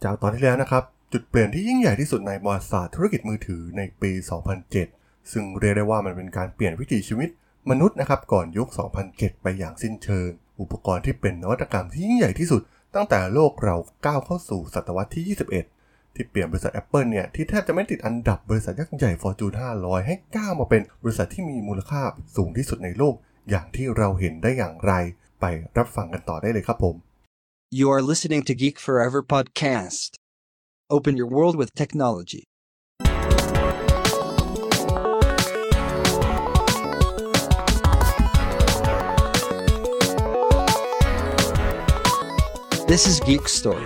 จากตอนที่แล้วนะครับจุดเปลี่ยนที่ยิ่งใหญ่ที่สุดในประวัติศาสตร์ธุรกิจมือถือในปี 2007 ซึ่งเรียกได้ว่ามันเป็นการเปลี่ยนวิถีชีวิตมนุษย์นะครับก่อนยุค 2007 ไปอย่างสิ้นเชิงอุปกรณ์ที่เป็นนวัตกรรมที่ยิ่งใหญ่ที่สุดตั้งแต่โลกเราก้าวเข้าสู่ศตวรรษที่ 21 ที่เปลี่ยนบริษัท Apple เนี่ยที่แทบจะไม่ติดอันดับบริษัทยักษ์ใหญ่ Fortune 500 ให้ก้าวมาเป็นบริษัทที่มีมูลค่าสูงที่สุดในโลกอย่างที่เราเห็นได้อย่างไรไปรับฟังกันต่อได้เลยครับผม You are listening to Geek Forever podcast. Open your world with technology. This is Geek Story.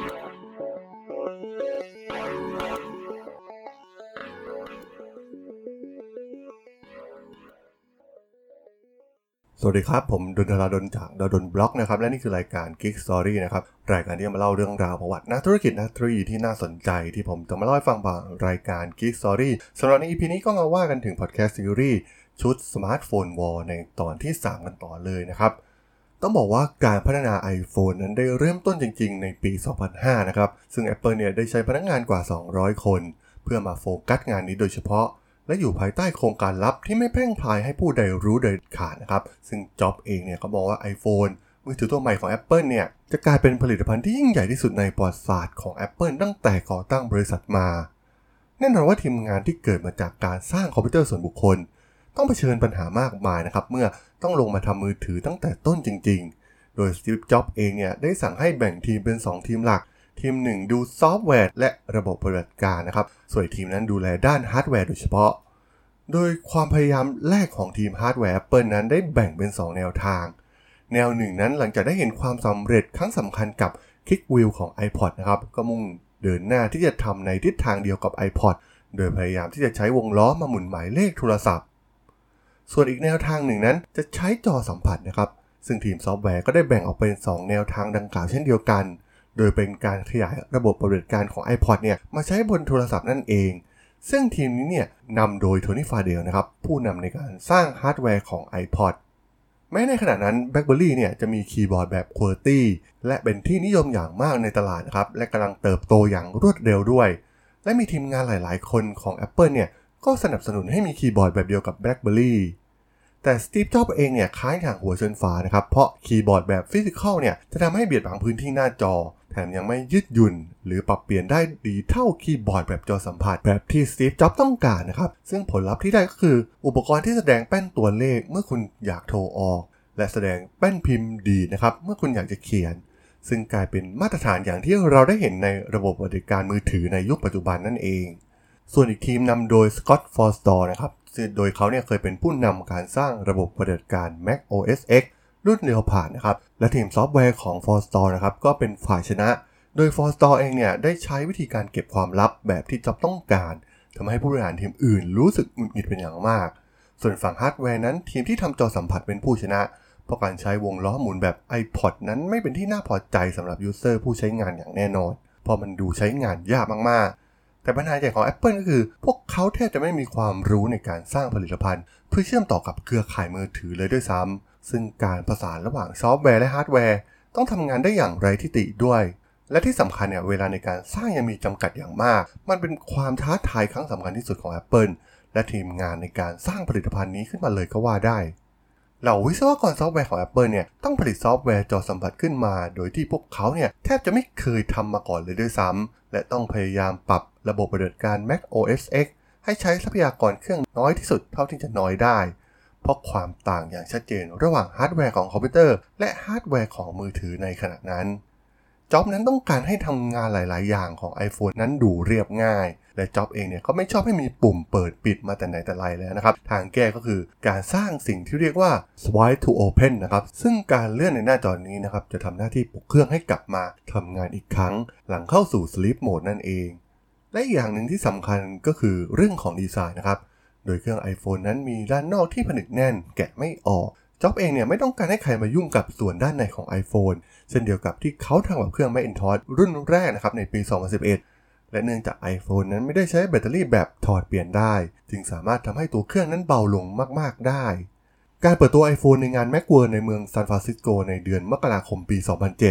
สวัสดีครับผมดลธราดลจากดลบล็อกนะครับและนี่คือรายการ Geek Story นะครับรายการที่จะมาเล่าเรื่องราวประวัตินักธุรกิจนักเทคโนโลยีที่น่าสนใจที่ผมจะมาเล่าให้ฟังผ่านรายการ Geek Story สำหรับใน EP นี้ก็มาว่ากันถึง Podcast Series ชุด Smartphone War ในตอนที่ 3 กันต่อเลยนะครับต้องบอกว่าการพัฒนา iPhone นั้นได้เริ่มต้นจริงๆในปี 2005 นะครับซึ่ง Apple เนี่ยได้ใช้พนักงานกว่า 200 คนเพื่อมาโฟกัสงานนี้โดยเฉพาะและอยู่ภายใต้โครงการลับที่ไม่แพร่งพรายให้ผู้ใดรู้โดยขาดนะครับซึ่งจ็อบเองเนี่ยก็บอกว่า iPhone มือถือตัวใหม่ของ Apple เนี่ยจะกลายเป็นผลิตภัณฑ์ที่ยิ่งใหญ่ที่สุดในประวัติศาสตร์ของ Apple ตั้งแต่ก่อตั้งบริษัทมาแน่นอนว่าทีมงานที่เกิดมาจากการสร้างคอมพิวเตอร์ส่วนบุคคลต้องเผชิญปัญหามากมายนะครับเมื่อต้องลงมาทำมือถือตั้งแต่ต้นจริงๆโดย Steve Jobs เองเนี่ยได้สั่งให้แบ่งทีมเป็น2ทีมหลักทีม1ดูซอฟต์แวร์และระบบปฏิบัติการนะครับส่วนทีมนั้นดูแลด้านฮาร์ดแวร์โดยเฉพาะโดยความพยายามแรกของทีมฮาร์ดแวร์ Apple นั้นได้แบ่งเป็น2แนวทางแนวหนึ่งนั้นหลังจากได้เห็นความสำเร็จครั้งสำคัญกับ Kick Wheel ของ iPod นะครับก็มุ่งเดินหน้าที่จะทำในทิศทางเดียวกับ iPod โดยพยายามที่จะใช้วงล้อมาหมุนหมายเลขโทรศัพท์ส่วนอีกแนวทางหนึ่งนั้นจะใช้จอสัมผัสนะครับซึ่งทีมซอฟต์แวร์ก็ได้แบ่งออกเป็น2แนวทางดังกล่าวเช่นเดียวกันโดยเป็นการขยายระบบปฏิบัติการของ iPod เนี่ยมาใช้บนโทรศัพท์นั่นเองซึ่งทีมนี้เนี่ยนำโดยโทนี่ฟาเดลนะครับผู้นำในการสร้างฮาร์ดแวร์ของ iPod แม้ในขณะนั้น BlackBerry เนี่ยจะมีคีย์บอร์ดแบบ QWERTY และเป็นที่นิยมอย่างมากในตลาดนะครับและกำลังเติบโตอย่างรวดเร็วด้วยและมีทีมงานหลายๆคนของ Apple เนี่ยก็สนับสนุนให้มีคีย์บอร์ดแบบเดียวกับ BlackBerry แต่ Steve Jobs เองเนี่ยค้านอย่างหัวชนฝานะครับเพราะคีย์บอร์ดแบบฟิสิคอลเนี่ยจะทำให้เบียดบังพื้นที่หน้าจอแถมยังไม่ยืดหยุ่นหรือปรับเปลี่ยนได้ดีเท่าคีย์บอร์ดแบบจอสัมผัสแบบที่สตีฟ จ็อบส์ต้องการนะครับซึ่งผลลัพธ์ที่ได้ก็คืออุปกรณ์ที่แสดงแป้นตัวเลขเมื่อคุณอยากโทรออกและแสดงแป้นพิมพ์ดีนะครับเมื่อคุณอยากจะเขียนซึ่งกลายเป็นมาตรฐานอย่างที่เราได้เห็นในระบบปฏิบัติการมือถือในยุคปัจจุบันนั่นเองส่วนอีกทีมนำโดยสก็อตต์ ฟอร์สตอร์นะครับซึ่งโดยเขาเนี่ยเคยเป็นผู้นำการสร้างระบบปฏิบัติการ Mac OS X รุ่นเรียวผ่านนะครับและทีมซอฟต์แวร์ของ Forstall นะครับก็เป็นฝ่ายชนะโดย Forstall เองเนี่ยได้ใช้วิธีการเก็บความลับแบบที่จ็อบต้องการทำให้ผู้บริหารทีมอื่นรู้สึกหงุดหงิดเป็นอย่างมากส่วนฝั่งฮาร์ดแวร์นั้นทีมที่ทำจอสัมผัสเป็นผู้ชนะเพราะการใช้วงล้อหมุนแบบ iPod นั้นไม่เป็นที่น่าพอใจสำหรับยูเซอร์ผู้ใช้งานอย่างแน่นอนเพราะมันดูใช้งานยากมากๆแต่ปัญหาใหญ่ของ Apple ก็คือพวกเขาแทบจะไม่มีความรู้ในการสร้างผลิตภัณฑ์เพื่อเชื่อมต่อกับเครือข่ายมือถือเลยด้วยซ้ำซึ่งการประสานระหว่างซอฟต์แวร์และฮาร์ดแวร์ต้องทำงานได้อย่างไร้ที่ติด้วยและที่สำคัญเนี่ยเวลาในการสร้างยังมีจำกัดอย่างมากมันเป็นความท้าทายครั้งสำคัญที่สุดของ Apple และทีมงานในการสร้างผลิตภัณฑ์นี้ขึ้นมาเลยก็ว่าได้เหล่าวิศวกรซอฟต์แวร์ของ Apple เนี่ยต้องผลิตซอฟต์แวร์จอสัมผัสขึ้นมาโดยที่พวกเขาเนี่ยแทบจะไม่เคยทำมาก่อนเลยด้วยซ้ำและต้องพยายามปรับระบบปฏิบัติการ Mac OS X ให้ใช้ทรัพยากรเครื่องน้อยที่สุดเท่าที่จะน้อยได้เพราะความต่างอย่างชัดเจนระหว่างฮาร์ดแวร์ของคอมพิวเตอร์และฮาร์ดแวร์ของมือถือในขณะนั้นจ็อบนั้นต้องการให้ทำงานหลายๆอย่างของ iPhone นั้นดูเรียบง่ายและจ็อบเองเนี่ยก็ไม่ชอบให้มีปุ่มเปิดปิดมาแต่ไหนแต่ไรแล้วนะครับทางแก้ก็คือการสร้างสิ่งที่เรียกว่า Swipe to Open นะครับซึ่งการเลื่อนในหน้าจอนี้นะครับจะทำหน้าที่ปลุกเครื่องให้กลับมาทำงานอีกครั้งหลังเข้าสู่ Sleep Mode นั่นเองและอีกอย่างหนึ่งที่สำคัญก็คือเรื่องของดีไซน์นะครับโดยเครื่อง iPhone นั้นมีด้านนอกที่ผนึกแน่นแกะไม่ออกจ็อบเองเนี่ยไม่ต้องการให้ใครมายุ่งกับส่วนด้านในของ iPhone เช่นเดียวกับที่เขาทำกับเครื่อง Macintosh รุ่นแรกนะครับในปี 2011 และเนื่องจาก iPhone นั้นไม่ได้ใช้แบตเตอรี่แบบถอดเปลี่ยนได้จึงสามารถทำให้ตัวเครื่องนั้นเบาลงมากๆได้การเปิดตัว iPhone ในงาน Macworld ในเมืองซานฟรานซิสโกในเดือนมกราคมปี 2007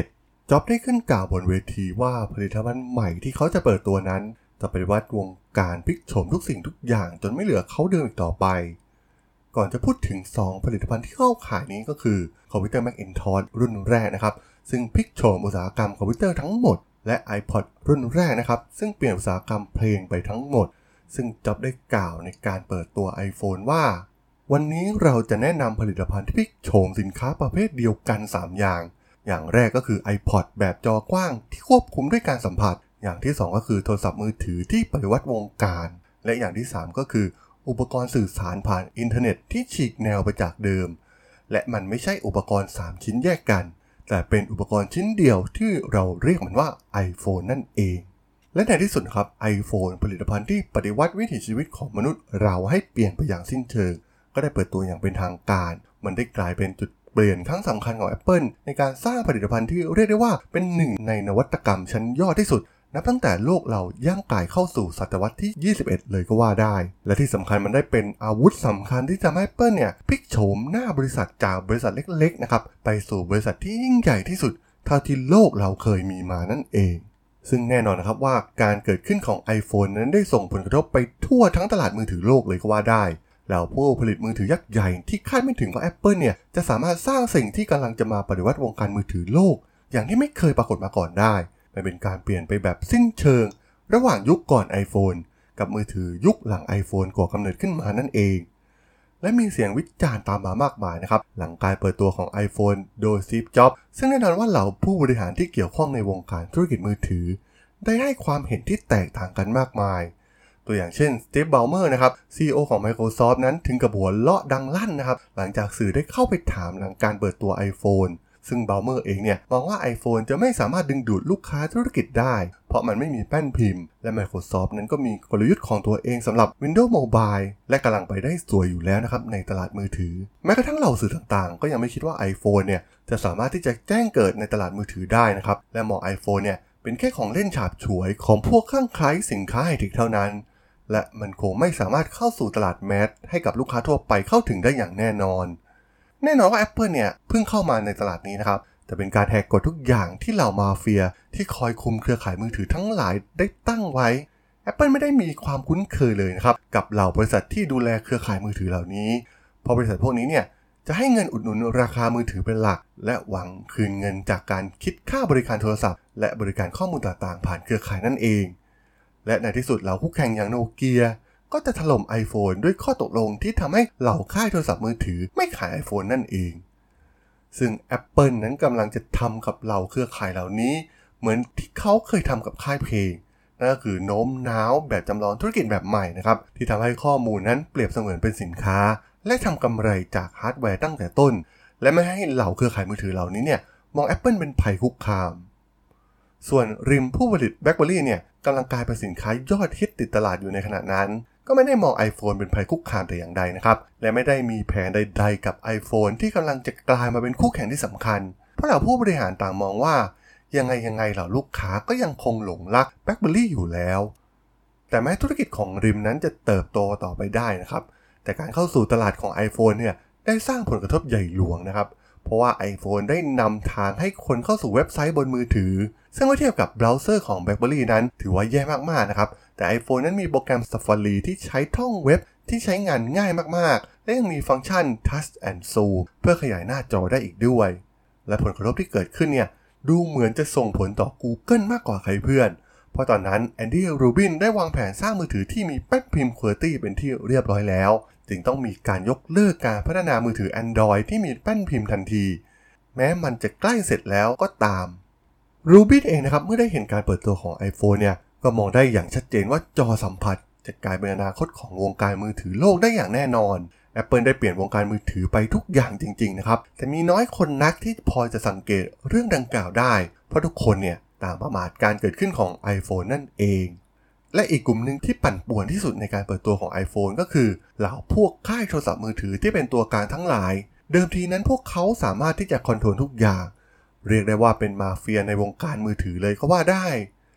จ็อบได้ขึ้นกล่าวบนเวทีว่าผลิตภัณฑ์ใหม่ที่เขาจะเปิดตัวนั้นจะปฏิวัติวงการพลิกโฉมทุกสิ่งทุกอย่างจนไม่เหลือเขาเดิมอีกต่อไปก่อนจะพูดถึง2ผลิตภัณฑ์ที่เข้าขายนี้ก็คือคอมพิวเตอร์ Macintosh รุ่นแรกนะครับซึ่งพลิกโฉมอุตสาหกรรมคอมพิวเตอร์ทั้งหมดและ iPod รุ่นแรกนะครับซึ่งเปลี่ยนอุตสาหกรรมเพลงไปทั้งหมดซึ่งจ็อบได้กล่าวในการเปิดตัว iPhone ว่าวันนี้เราจะแนะนำผลิตภัณฑ์ที่พลิกโฉมสินค้าประเภทเดียวกัน3อย่างแรกก็คือ iPod แบบจอกว้างที่ควบคุมด้วยการสัมผัสอย่างที่2ก็คือโทรศัพท์มือถือที่ปฏิวัติวงการและอย่างที่3ก็คืออุปกรณ์สื่อสารผ่านอินเทอร์เน็ตที่ฉีกแนวไปจากเดิมและมันไม่ใช่อุปกรณ์3ชิ้นแยกกันแต่เป็นอุปกรณ์ชิ้นเดียวที่เราเรียกมันว่า iPhone นั่นเองและในที่สุดครับ iPhone ผลิตภัณฑ์ที่ปฏิวัติวิถีชีวิตของมนุษย์เราให้เปลี่ยนไปอย่างสิ้นเชิงก็ได้เปิดตัวอย่างเป็นทางการมันได้กลายเป็นจุดเปลี่ยนครั้งสำคัญของ Apple ในการสร้างผลิตภัณฑ์ที่เรียกได้ว่าเป็นหนึ่งในนวัตกรรมชั้นยอดที่สุดนับตั้งแต่โลกเราย่างก่ายเข้าสู่ศตวรรษที่21เลยก็ว่าได้และที่สำคัญมันได้เป็นอาวุธสำคัญที่ทำให้ Apple เนี่ยพลิกโฉมหน้าบริษัทจากบริษัทเล็กๆนะครับไปสู่บริษัทที่ยิ่งใหญ่ที่สุดเท่าที่โลกเราเคยมีมานั่นเองซึ่งแน่นอนนะครับว่าการเกิดขึ้นของ iPhone นั้นได้ส่งผลกระทบไปทั่วทั้งตลาดมือถือโลกเลยก็ว่าได้แล้วผู้ผลิตมือถือยักษ์ใหญ่ที่คาดไม่ถึงว่า Apple เนี่ยจะสามารถสร้างสิ่งที่กำลังจะมาปฏิวัติวงการมือถือโลกอย่างที่ไม่เคยปรากฏมาก่อนได้มันเป็นการเปลี่ยนไปแบบสิ้นเชิงระหว่างยุคก่อน iPhone กับมือถือยุคหลัง iPhone ก่อกำเนิดขึ้นมานั่นเองและมีเสียงวิจารณ์ตามมามากมายนะครับหลังการเปิดตัวของ iPhone โดย Steve Jobs ซึ่งแน่นอนว่าเหล่าผู้บริหารที่เกี่ยวข้องในวงการธุรกิจมือถือได้ให้ความเห็นที่แตกต่างกันมากมายตัวอย่างเช่น Steve Ballmer นะครับ CEO ของ Microsoft นั้นถึงกับหัวเราะดังลั่นนะครับหลังจากสื่อได้เข้าไปถามหลังการเปิดตัว iPhone ซึ่ง Ballmer เองเนี่ยมองว่า iPhone จะไม่สามารถดึงดูดลูกค้าธุรกิจได้เพราะมันไม่มีแป้นพิมพ์และ Microsoft นั้นก็มีกลยุทธ์ของตัวเองสำหรับ Windows Mobile และกำลังไปได้สวยอยู่แล้วนะครับในตลาดมือถือแม้กระทั่งเหล่าสื่อต่างๆก็ยังไม่คิดว่า iPhone เนี่ยจะสามารถที่จะแจ้งเกิดในตลาดมือถือได้นะครับและมอง iPhone เนี่ยเป็นแค่ของเล่นฉาบฉวยของพวกคลั่งไคล้สินค้าไฮเทคเท่านั้นและมันคงไม่สามารถเข้าสู่ตลาดแมสให้กับลูกค้าทั่วไปเข้าถึงได้อย่างแน่นอนว่า Apple เนี่ยเพิ่งเข้ามาในตลาดนี้นะครับแต่เป็นการแหกกฎทุกอย่างที่เหล่ามาเฟียที่คอยคุมเครือข่ายมือถือทั้งหลายได้ตั้งไว้ Apple ไม่ได้มีความคุ้นเคยเลยนะครับกับเหล่าบริษัทที่ดูแลเครือข่ายมือถือเหล่านี้เพราะบริษัทพวกนี้เนี่ยจะให้เงินอุดหนุนราคามือถือเป็นหลักและหวังคืนเงินจากการคิดค่าบริการโทรศัพท์และบริการข้อมูลต่างๆผ่านเครือข่ายนั่นเองและในที่สุดเหล่าคู่แข่งอย่างโนเกียก็จะถล่ม iPhone ด้วยข้อตกลงที่ทำให้เหล่าค่ายโทรศัพท์มือถือไม่ขาย iPhone นั่นเองซึ่ง Apple นั้นกำลังจะทำกับเหล่าเครือข่ายเหล่านี้เหมือนที่เขาเคยทำกับค่ายเพลงนั่นก็คือโน้มน้าวแบบจำลองธุรกิจแบบใหม่นะครับที่ทำให้ข้อมูลนั้นเปรียบเสมือนเป็นสินค้าและทำกำไรจากฮาร์ดแวร์ตั้งแต่ต้นและไม่ให้เหล่าเครือข่ายมือถือเหล่านี้เนี่ยมอง Apple เป็นภัยคุกคามส่วนริมผู้ผลิต BlackBerry เนี่ยกำลังกลายเป็นสินค้ายอดฮิตติดตลาดอยู่ในขณะนั้นก็ไม่ได้มอง iPhone เป็นภัยคุกคามแต่อย่างใดนะครับและไม่ได้มีแผนใดๆกับ iPhone ที่กำลังจะกลายมาเป็นคู่แข่งที่สำคัญเพราะเหล่าผู้บริหารต่างมองว่ายังไงเหล่าลูกค้าก็ยังคงหลงรัก BlackBerry อยู่แล้วแต่แม้ธุรกิจของริมนั้นจะเติบโตต่อไปได้นะครับแต่การเข้าสู่ตลาดของ iPhone เนี่ยได้สร้างผลกระทบใหญ่หลวงนะครับเพราะว่า iPhone ได้นำทางให้คนเข้าสู่เว็บไซต์บนมือถือซึ่งเมื่อเทียบกับเบราว์เซอร์ของ BlackBerry นั้นถือว่าแย่มากๆนะครับแต่ iPhone นั้นมีโปรแกรม Safari ที่ใช้ท่องเว็บที่ใช้งานง่ายมากๆและยังมีฟังก์ชัน Touch and Zoom เพื่อขยายหน้าจอได้อีกด้วยและผลกระทบที่เกิดขึ้นเนี่ยดูเหมือนจะส่งผลต่อ Google มากกว่าใครเพื่อนเพราะตอนนั้นแอนดี้ รูบินได้วางแผนสร้างมือถือที่มีแป้นพิมพ์ QWERTY เป็นที่เรียบร้อยแล้วจึงต้องมีการยกเลิกการพัฒนามือถือ Android ที่มีแป้นพิมพ์ทันทีแม้มันจะใกล้เสร็จแล้วก็ตามรูบินเองนะครับเมื่อได้เห็นการเปิดตัวของ iPhone เนี่ยก็มองได้อย่างชัดเจนว่าจอสัมผัสจะกลายเป็นอนาคตของวงการมือถือโลกได้อย่างแน่นอน Apple ได้เปลี่ยนวงการมือถือไปทุกอย่างจริงๆนะครับแต่มีน้อยคนนักที่พอจะสังเกตเรื่องดังกล่าวได้เพราะทุกคนเนี่ยต่างประมาทการเกิดขึ้นของ iPhone นั่นเองและอีกกลุ่มหนึ่งที่ปั่นป่วนที่สุดในการเปิดตัวของ iPhone ก็คือเหล่าพวกค่ายโทรศัพท์มือถือที่เป็นตัวกลางทั้งหลายเดิมทีนั้นพวกเขาสามารถที่จะคอนโทรลทุกอย่างเรียกได้ว่าเป็นมาเฟียในวงการมือถือเลยก็ว่าได้พ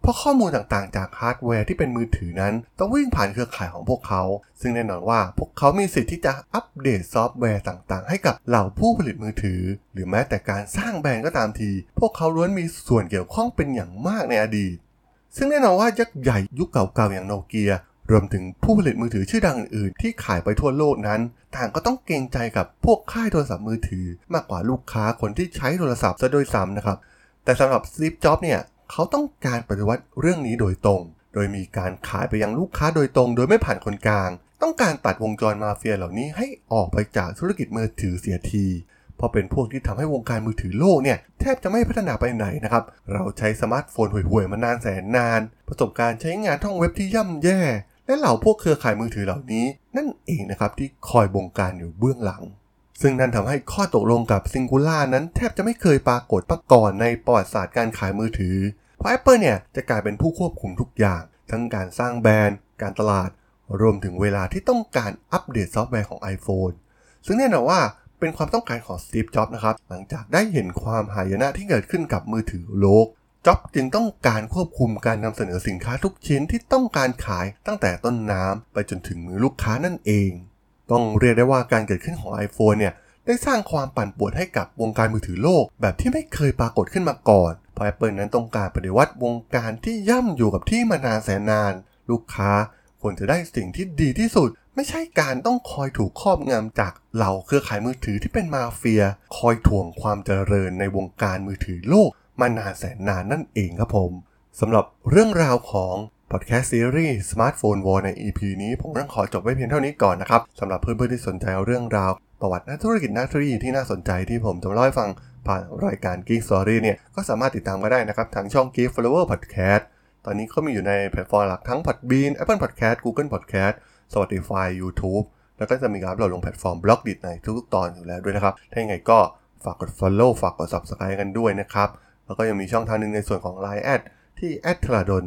ราะข้อมูลต่างๆจากฮาร์ดแวร์ที่เป็นมือถือนั้นต้องวิ่งผ่านเครือข่ายของพวกเขาซึ่งแน่นอนว่าพวกเขามีสิทธิ์ที่จะอัปเดตซอฟต์แวร์ต่างๆให้กับเหล่าผู้ผลิตมือถือหรือแม้แต่การสร้างแบรนด์ก็ตามทีพวกเขาล้วนมีส่วนเกี่ยวข้องเป็นอย่างมากในอดีตซึ่งแน่นอนว่ายักษ์ใหญ่ยุคเก่าๆอย่างโนเกียรวมถึงผู้ผลิตมือถือชื่อดังอื่นๆที่ขายไปทั่วโลกนั้นต่างก็ต้องเกรงใจกับพวกค่ายโทรศัพท์มือถือมากกว่าลูกค้าคนที่ใช้โทรศัพท์ซะโดยซ้ำนะครับแต่สำหรับสตีฟ จ็อบส์เนี่ยเขาต้องการปฏิวัติเรื่องนี้โดยตรงโดยมีการขายไปยังลูกค้าโดยตรงโดยไม่ผ่านคนกลางต้องการตัดวงจรมาเฟียเหล่านี้ให้ออกไปจากธุรกิจมือถือเสียทีเพราะเป็นพวกที่ทำให้วงการมือถือโลกเนี่ยแทบจะไม่พัฒนาไปไหนนะครับเราใช้สมาร์ทโฟนห่วยๆมานานแสนนานประสบการณ์ใช้งานท่องเว็บที่ย่ำแย่และเหล่าพวกเครือข่ายมือถือเหล่านี้นั่นเองนะครับที่คอยบงการอยู่เบื้องหลังซึ่งนั่นทำให้ข้อตกลงกับซิงคูล่านั้นแทบจะไม่เคยปรากฏมาก่อนในประวัติศาสตร์การขายมือถือเพราะ Apple เนี่ยจะกลายเป็นผู้ควบคุมทุกอย่างทั้งการสร้างแบรนด์การตลาดรวมถึงเวลาที่ต้องการอัปเดตซอฟต์แวร์ของ iPhone ซึ่งแน่นอนว่าเป็นความต้องการของสตีฟ จ็อบส์นะครับหลังจากได้เห็นความหายนะที่เกิดขึ้นกับมือถือโลกจ็อบส์จึงต้องการควบคุมการนำเสนอสินค้าทุกชิ้นที่ต้องการขายตั้งแต่ต้นน้ำไปจนถึงมือลูกค้านั่นเองต้องเรียกได้ว่าการเกิดขึ้นของ iPhone เนี่ยได้สร้างความปั่นป่วนให้กับวงการมือถือโลกแบบที่ไม่เคยปรากฏขึ้นมาก่อนเพราะ Apple นั้นต้องการปฏิวัติวงการที่ย่ำอยู่กับที่มานานแสนนานลูกค้าควรจะได้สิ่งที่ดีที่สุดไม่ใช่การต้องคอยถูกครอบงำจากเหล่าเครือข่ายมือถือที่เป็นมาเฟียคอยถ่วงความเจริญในวงการมือถือโลกมานานแสนนานนั่นเองครับผมสำหรับเรื่องราวของพอดแคสต์ซีรีส์ Smartphone War ใน EP นี้ผมต้องขอจบไว้เพียงเท่านี้ก่อนนะครับสำหรับเพื่อนๆที่สนใจเรื่องราวประวัตินักธุรกิจนักธุรกิจที่น่าสนใจที่ผมจะมาเล่าให้ฟังผ่านรายการ Geek Story เนี่ยก็สามารถติดตามก็ได้นะครับทางช่อง Geek Flower Podcast ตอนนี้เขามีอยู่ในแพลตฟอร์มหลักทั้ง Podbean Apple Podcast Google Podcast Spotify YouTube แล้วก็จะมีการอัปโหลดลงแพลตฟอร์ม Blogdit ในทุกๆตอนอยู่แล้วด้วยนะครับถ้าอย่างไรก็ฝากกด follow ฝากกด subscribe กันด้วยนะครับแล้วก็ยังมีช่องทางนึงในส่วนของ Line แอดที่ @thradol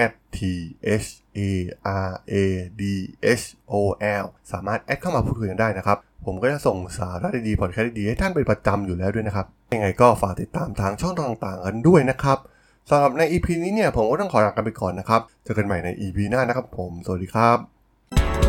@THRADHOL สามารถแอดเข้ามาพูดคุยกันได้นะครับผมก็จะส่งสาระดีๆพอดแคสต์ดีๆให้ท่านเป็นประจำอยู่แล้วด้วยนะครับยังไงก็ฝากติดตามทางช่องต่างๆกันด้วยนะครับสำหรับใน EP นี้เนี่ยผมก็ต้องขอลากันไปก่อนนะครับเจอกันใหม่ใน EP หน้านะครับผมสวัสดีครับ